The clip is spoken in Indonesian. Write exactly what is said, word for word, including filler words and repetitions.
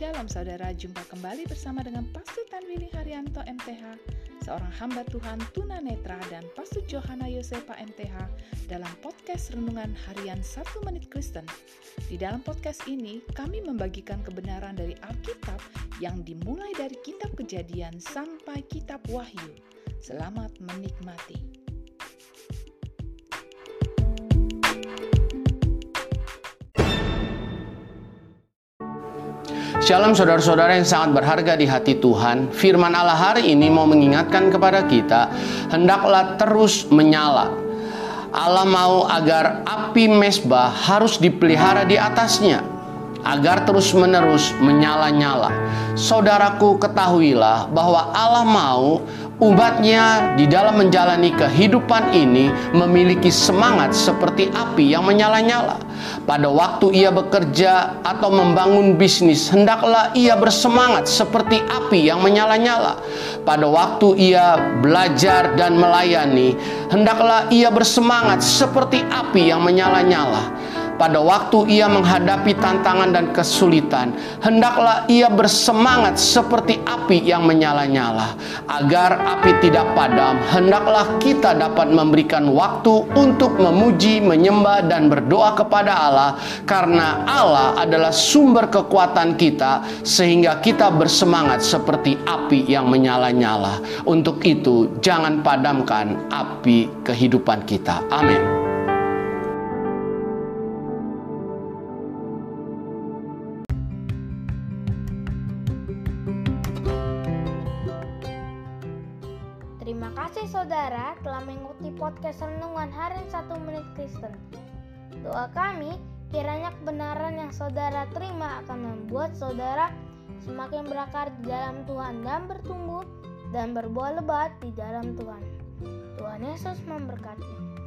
Shalom saudara, jumpa kembali bersama dengan Pastor Tanwili Haryanto M T H, seorang hamba Tuhan tunanetra, dan Pastor Johana Yosepa M T H dalam podcast Renungan Harian satu Menit Kristen. Di dalam podcast ini, kami membagikan kebenaran dari Alkitab yang dimulai dari Kitab Kejadian sampai Kitab Wahyu. Selamat menikmati. Shalom saudara-saudara yang sangat berharga di hati Tuhan. Firman Allah hari ini mau mengingatkan kepada kita, hendaklah terus menyala. Allah mau agar api mezbah harus dipelihara di atasnya, agar terus-menerus menyala-nyala. Saudaraku, ketahuilah bahwa Allah mau umatnya di dalam menjalani kehidupan ini memiliki semangat seperti api yang menyala-nyala. Pada waktu ia bekerja atau membangun bisnis, hendaklah ia bersemangat seperti api yang menyala-nyala. Pada waktu ia belajar dan melayani, hendaklah ia bersemangat seperti api yang menyala-nyala. Pada waktu ia menghadapi tantangan dan kesulitan, hendaklah ia bersemangat seperti api yang menyala-nyala. Agar api tidak padam, hendaklah kita dapat memberikan waktu untuk memuji, menyembah, dan berdoa kepada Allah, karena Allah adalah sumber kekuatan kita, sehingga kita bersemangat seperti api yang menyala-nyala. Untuk itu, jangan padamkan api kehidupan kita. Amin. Terima kasih saudara telah mengikuti podcast Renungan Harian satu Menit Kristen. Doa kami, kiranya kebenaran yang saudara terima akan membuat saudara semakin berakar di dalam Tuhan dan bertumbuh dan berbuah lebat di dalam Tuhan. Tuhan Yesus memberkati.